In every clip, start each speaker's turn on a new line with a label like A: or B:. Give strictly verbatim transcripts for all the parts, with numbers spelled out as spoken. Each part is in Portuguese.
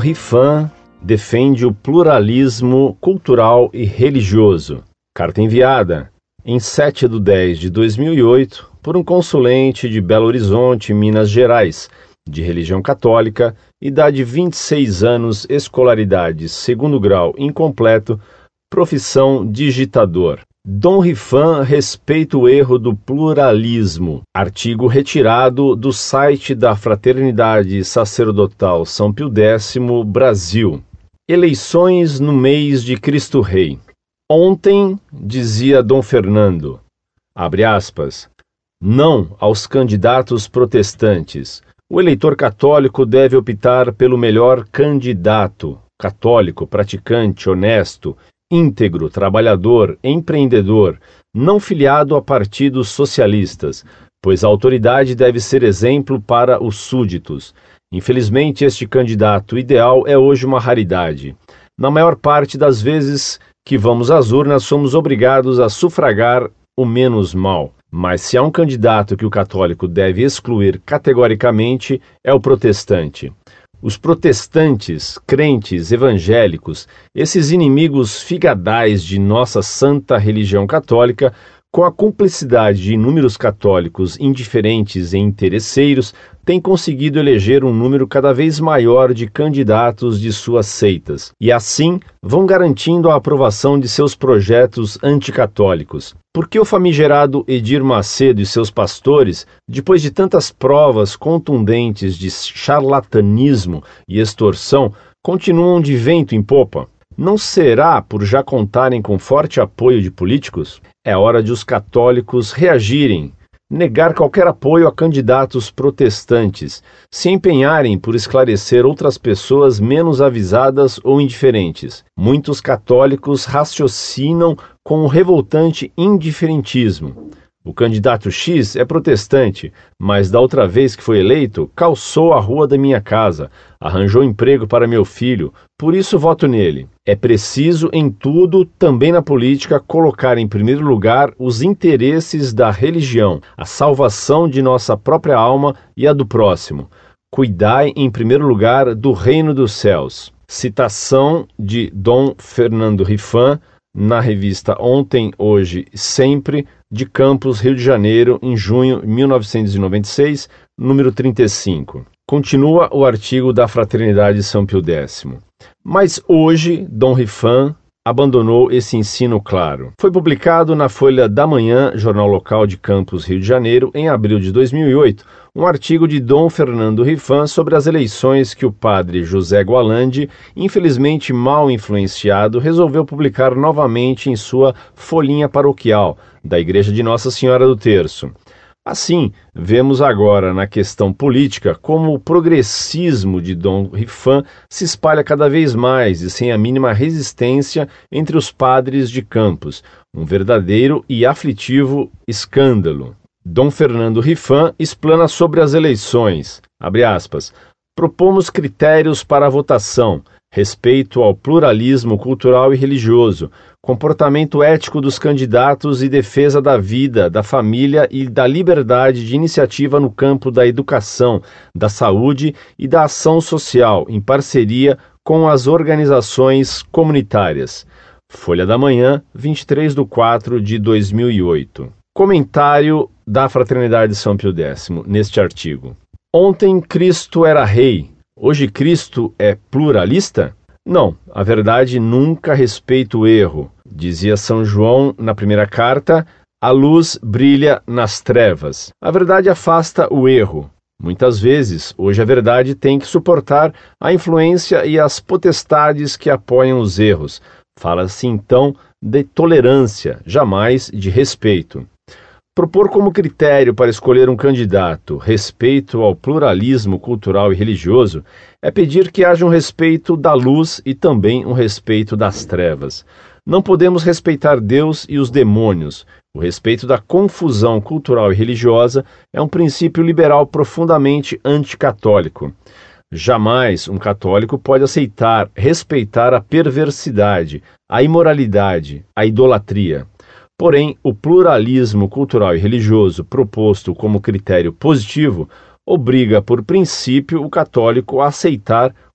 A: Rifan defende o pluralismo cultural e religioso. Carta enviada em sete de dez de dois mil e oito por um consulente de Belo Horizonte, Minas Gerais, de religião católica, idade vinte e seis anos, escolaridade segundo grau incompleto, profissão digitador. Dom Rifan respeita o erro do pluralismo. Artigo retirado do site da Fraternidade Sacerdotal São Pio X, Brasil. Eleições no mês de Cristo Rei. Ontem, dizia Dom Fernando, abre aspas, não aos candidatos protestantes. O eleitor católico deve optar pelo melhor candidato, católico, praticante, honesto, íntegro, trabalhador, empreendedor, não filiado a partidos socialistas, pois a autoridade deve ser exemplo para os súditos. Infelizmente, este candidato ideal é hoje uma raridade. Na maior parte das vezes que vamos às urnas, somos obrigados a sufragar o menos mal. Mas se há um candidato que o católico deve excluir categoricamente, é o protestante. Os protestantes, crentes, evangélicos, esses inimigos figadais de nossa santa religião católica, com a cumplicidade de inúmeros católicos indiferentes e interesseiros, têm conseguido eleger um número cada vez maior de candidatos de suas seitas, e assim vão garantindo a aprovação de seus projetos anticatólicos. Por que o famigerado Edir Macedo e seus pastores, depois de tantas provas contundentes de charlatanismo e extorsão, continuam de vento em popa? Não será por já contarem com forte apoio de políticos? É hora de os católicos reagirem, negar qualquer apoio a candidatos protestantes, se empenharem por esclarecer outras pessoas menos avisadas ou indiferentes. Muitos católicos raciocinam com um revoltante indiferentismo. O candidato X é protestante, mas da outra vez que foi eleito, calçou a rua da minha casa, arranjou emprego para meu filho, por isso voto nele. É preciso, em tudo, também na política, colocar em primeiro lugar os interesses da religião, a salvação de nossa própria alma e a do próximo. Cuidai, em primeiro lugar, do reino dos céus. Citação de Dom Fernando Rifan, na revista Ontem, Hoje e Sempre, de Campos, Rio de Janeiro, em junho de mil novecentos e noventa e seis, número trinta e cinco. Continua o artigo da Fraternidade São Pio X. Mas hoje, Dom Rifan abandonou esse ensino claro. Foi publicado na Folha da Manhã, jornal local de Campos, Rio de Janeiro, em abril de dois mil e oito, um artigo de Dom Fernando Rifan sobre as eleições que o padre José Gualandi, infelizmente mal influenciado, resolveu publicar novamente em sua folhinha paroquial da Igreja de Nossa Senhora do Terço. Assim, vemos agora na questão política como o progressismo de Dom Rifan se espalha cada vez mais e sem a mínima resistência entre os padres de Campos, um verdadeiro e aflitivo escândalo. Dom Fernando Rifan explana sobre as eleições, abre aspas, propomos critérios para a votação, respeito ao pluralismo cultural e religioso, comportamento ético dos candidatos e defesa da vida, da família e da liberdade de iniciativa no campo da educação, da saúde e da ação social, em parceria com as organizações comunitárias. Folha da Manhã, vinte e três de quatro de dois mil e oito. Comentário da Fraternidade São Pio X, neste artigo. Ontem Cristo era rei, hoje Cristo é pluralista? Não, a verdade nunca respeita o erro. Dizia São João na primeira carta, a luz brilha nas trevas. A verdade afasta o erro. Muitas vezes, hoje a verdade tem que suportar a influência e as potestades que apoiam os erros. Fala-se então de tolerância, jamais de respeito. Propor como critério para escolher um candidato respeito ao pluralismo cultural e religioso é pedir que haja um respeito da luz e também um respeito das trevas. Não podemos respeitar Deus e os demônios. O respeito da confusão cultural e religiosa é um princípio liberal profundamente anticatólico. Jamais um católico pode aceitar, respeitar a perversidade, a imoralidade, a idolatria. Porém, o pluralismo cultural e religioso proposto como critério positivo obriga, por princípio, o católico a aceitar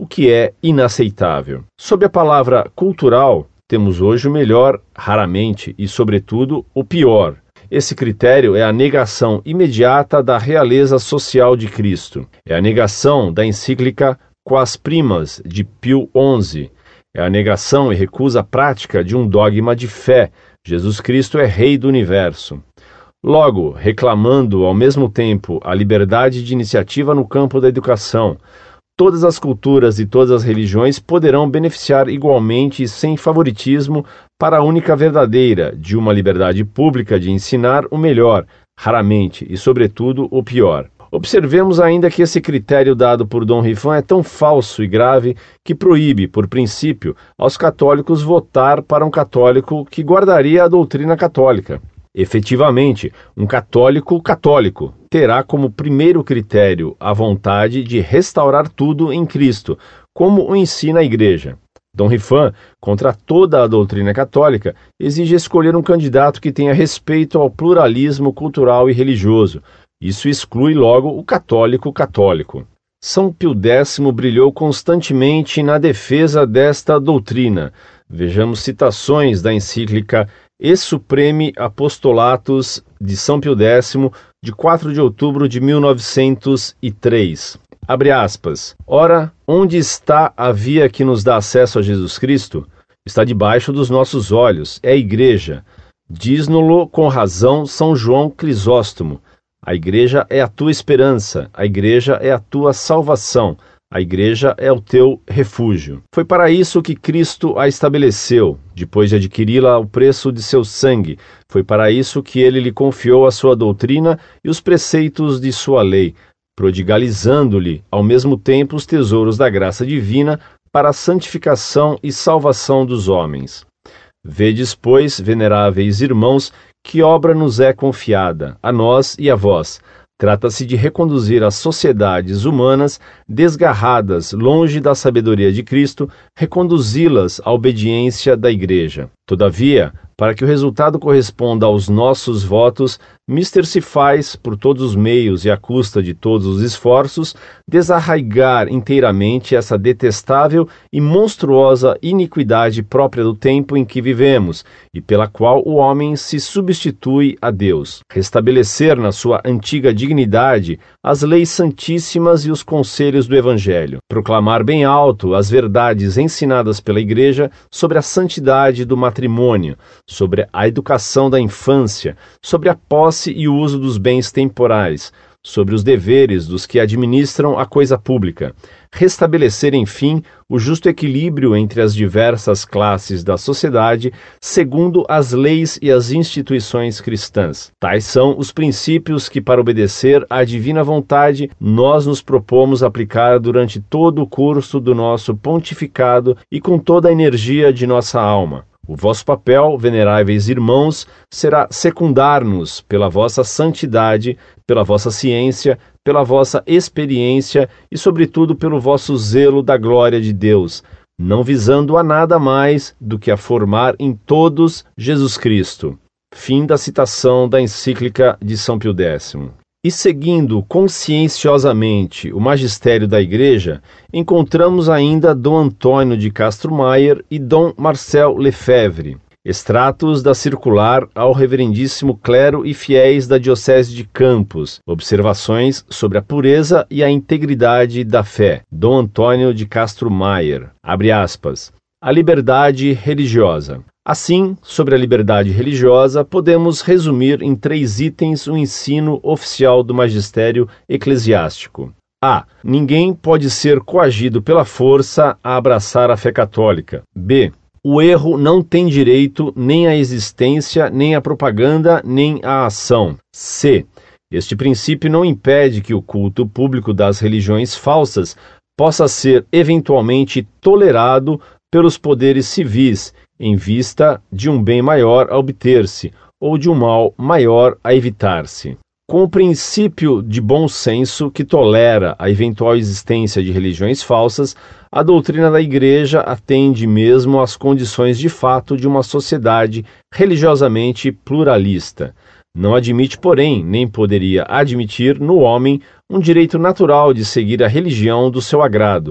A: o que é inaceitável. Sob a palavra cultural, temos hoje o melhor, raramente, e, sobretudo, o pior. Esse critério é a negação imediata da realeza social de Cristo. É a negação da encíclica Quas Primas, de Pio onze. É a negação e recusa prática de um dogma de fé. Jesus Cristo é Rei do Universo. Logo, reclamando ao mesmo tempo a liberdade de iniciativa no campo da educação, todas as culturas e todas as religiões poderão beneficiar igualmente e sem favoritismo para a única verdadeira, de uma liberdade pública de ensinar o melhor, raramente, e sobretudo o pior. Observemos ainda que esse critério dado por Dom Rifan é tão falso e grave que proíbe, por princípio, aos católicos votar para um católico que guardaria a doutrina católica. Efetivamente, um católico católico terá como primeiro critério a vontade de restaurar tudo em Cristo, como o ensina a Igreja. Dom Rifan, contra toda a doutrina católica, exige escolher um candidato que tenha respeito ao pluralismo cultural e religioso. Isso exclui logo o católico católico. São Pio X brilhou constantemente na defesa desta doutrina. Vejamos citações da encíclica E Supremi Apostolatus de São Pio X, de quatro de outubro de mil novecentos e três. Abre aspas. Ora, onde está a via que nos dá acesso a Jesus Cristo? Está debaixo dos nossos olhos, é a Igreja. Diz-no-lo com razão São João Crisóstomo. A Igreja é a tua esperança, a Igreja é a tua salvação. A Igreja é o teu refúgio. Foi para isso que Cristo a estabeleceu, depois de adquiri-la ao preço de seu sangue. Foi para isso que ele lhe confiou a sua doutrina e os preceitos de sua lei, prodigalizando-lhe, ao mesmo tempo, os tesouros da graça divina para a santificação e salvação dos homens. Vedes, pois, veneráveis irmãos, que obra nos é confiada, a nós e a vós. Trata-se de reconduzir as sociedades humanas desgarradas longe da sabedoria de Cristo, reconduzi-las à obediência da Igreja. Todavia, para que o resultado corresponda aos nossos votos, mister se faz, por todos os meios e à custa de todos os esforços, desarraigar inteiramente essa detestável e monstruosa iniquidade própria do tempo em que vivemos e pela qual o homem se substitui a Deus. Restabelecer na sua antiga dignidade as leis santíssimas e os conselhos do Evangelho. Proclamar bem alto as verdades ensinadas pela Igreja sobre a santidade do matrimônio, sobre a educação da infância, sobre a posse e o uso dos bens temporais, sobre os deveres dos que administram a coisa pública. Restabelecer, enfim, o justo equilíbrio entre as diversas classes da sociedade, segundo as leis e as instituições cristãs. Tais são os princípios que, para obedecer à divina vontade, nós nos propomos aplicar durante todo o curso do nosso pontificado e com toda a energia de nossa alma. O vosso papel, veneráveis irmãos, será secundar-nos pela vossa santidade, pela vossa ciência, pela vossa experiência e, sobretudo, pelo vosso zelo da glória de Deus, não visando a nada mais do que a formar em todos Jesus Cristo. Fim da citação da encíclica de São Pio X. E seguindo conscienciosamente o magistério da Igreja, encontramos ainda Dom Antônio de Castro Maier e Dom Marcel Lefebvre, extratos da circular ao reverendíssimo clero e fiéis da Diocese de Campos, observações sobre a pureza e a integridade da fé. Dom Antônio de Castro Maier, abre aspas, a liberdade religiosa. Assim, sobre a liberdade religiosa, podemos resumir em três itens o ensino oficial do magistério eclesiástico. A. Ninguém pode ser coagido pela força a abraçar a fé católica. B. O erro não tem direito nem à existência, nem à propaganda, nem à ação. C. Este princípio não impede que o culto público das religiões falsas possa ser eventualmente tolerado pelos poderes civis, em vista de um bem maior a obter-se, ou de um mal maior a evitar-se. Com o princípio de bom senso que tolera a eventual existência de religiões falsas, a doutrina da Igreja atende mesmo às condições de fato de uma sociedade religiosamente pluralista. Não admite, porém, nem poderia admitir no homem um direito natural de seguir a religião do seu agrado,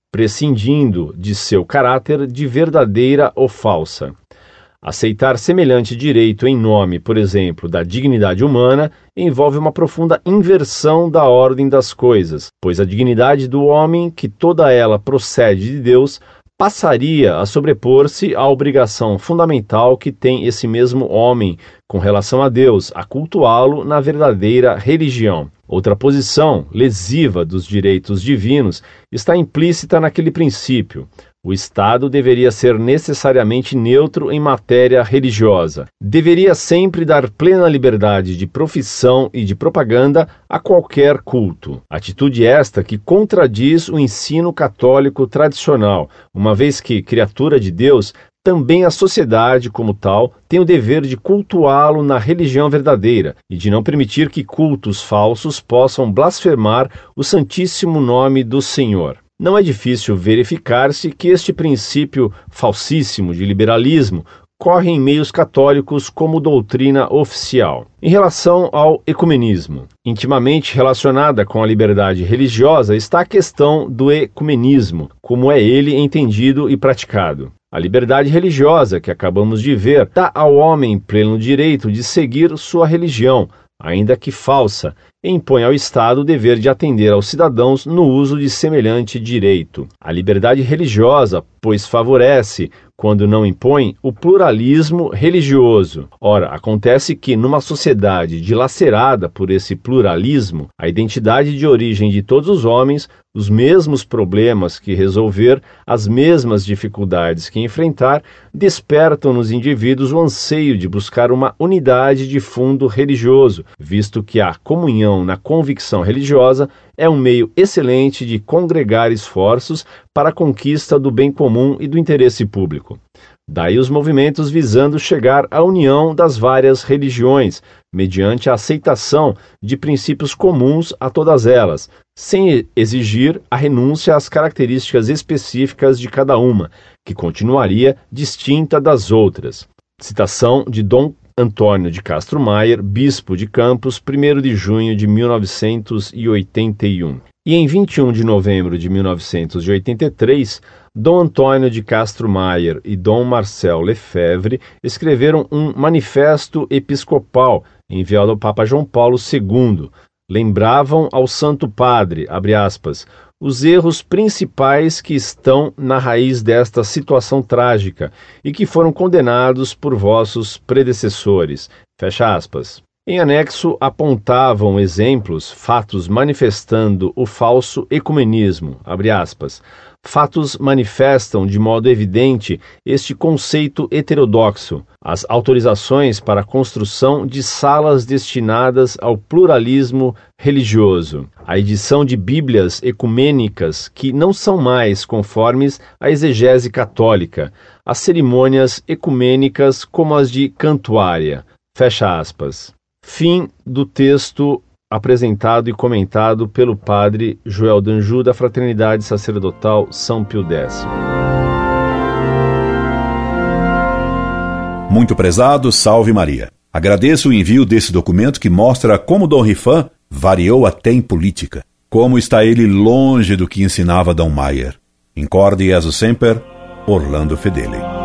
A: prescindindo de seu caráter de verdadeira ou falsa. Aceitar semelhante direito em nome, por exemplo, da dignidade humana, envolve uma profunda inversão da ordem das coisas, pois a dignidade do homem, que toda ela procede de Deus, passaria a sobrepor-se à obrigação fundamental que tem esse mesmo homem com relação a Deus, a cultuá-lo na verdadeira religião. Outra posição, lesiva dos direitos divinos, está implícita naquele princípio. O Estado deveria ser necessariamente neutro em matéria religiosa. Deveria sempre dar plena liberdade de profissão e de propaganda a qualquer culto. Atitude esta que contradiz o ensino católico tradicional, uma vez que, criatura de Deus, também a sociedade, como tal, tem o dever de cultuá-lo na religião verdadeira e de não permitir que cultos falsos possam blasfemar o santíssimo nome do Senhor. Não é difícil verificar-se que este princípio falsíssimo de liberalismo corre em meios católicos como doutrina oficial. Em relação ao ecumenismo, intimamente relacionada com a liberdade religiosa está a questão do ecumenismo, como é ele entendido e praticado. A liberdade religiosa que acabamos de ver dá ao homem pleno direito de seguir sua religião, ainda que falsa, e impõe ao Estado o dever de atender aos cidadãos no uso de semelhante direito. A liberdade religiosa, pois, favorece, quando não impõe, o pluralismo religioso. Ora, acontece que, numa sociedade dilacerada por esse pluralismo, a identidade de origem de todos os homens, os mesmos problemas que resolver, as mesmas dificuldades que enfrentar, despertam nos indivíduos o anseio de buscar uma unidade de fundo religioso, visto que a comunhão na convicção religiosa é um meio excelente de congregar esforços para a conquista do bem comum e do interesse público. Daí os movimentos visando chegar à união das várias religiões, mediante a aceitação de princípios comuns a todas elas, sem exigir a renúncia às características específicas de cada uma, que continuaria distinta das outras. Citação de Dom Antônio de Castro Maier, bispo de Campos, primeiro de junho de mil novecentos e oitenta e um. E em vinte e um de novembro de mil novecentos e oitenta e três, Dom Antônio de Castro Maier e Dom Marcel Lefebvre escreveram um manifesto episcopal enviado ao Papa João Paulo segundo. Lembravam ao Santo Padre, abre aspas, os erros principais que estão na raiz desta situação trágica e que foram condenados por vossos predecessores, fecha aspas. Em anexo, apontavam exemplos, fatos manifestando o falso ecumenismo, abre aspas. Fatos manifestam de modo evidente este conceito heterodoxo, as autorizações para a construção de salas destinadas ao pluralismo religioso, a edição de bíblias ecumênicas que não são mais conformes à exegese católica, as cerimônias ecumênicas como as de cantuária, fecha aspas. Fim do texto apresentado e comentado pelo padre Joel Danju, da Fraternidade Sacerdotal São Pio X.
B: Muito prezado, salve Maria. Agradeço o envio desse documento que mostra como Dom Rifan variou até em política. Como está ele longe do que ensinava Dom Maier. Incorde Jesus Semper, Orlando Fedeli.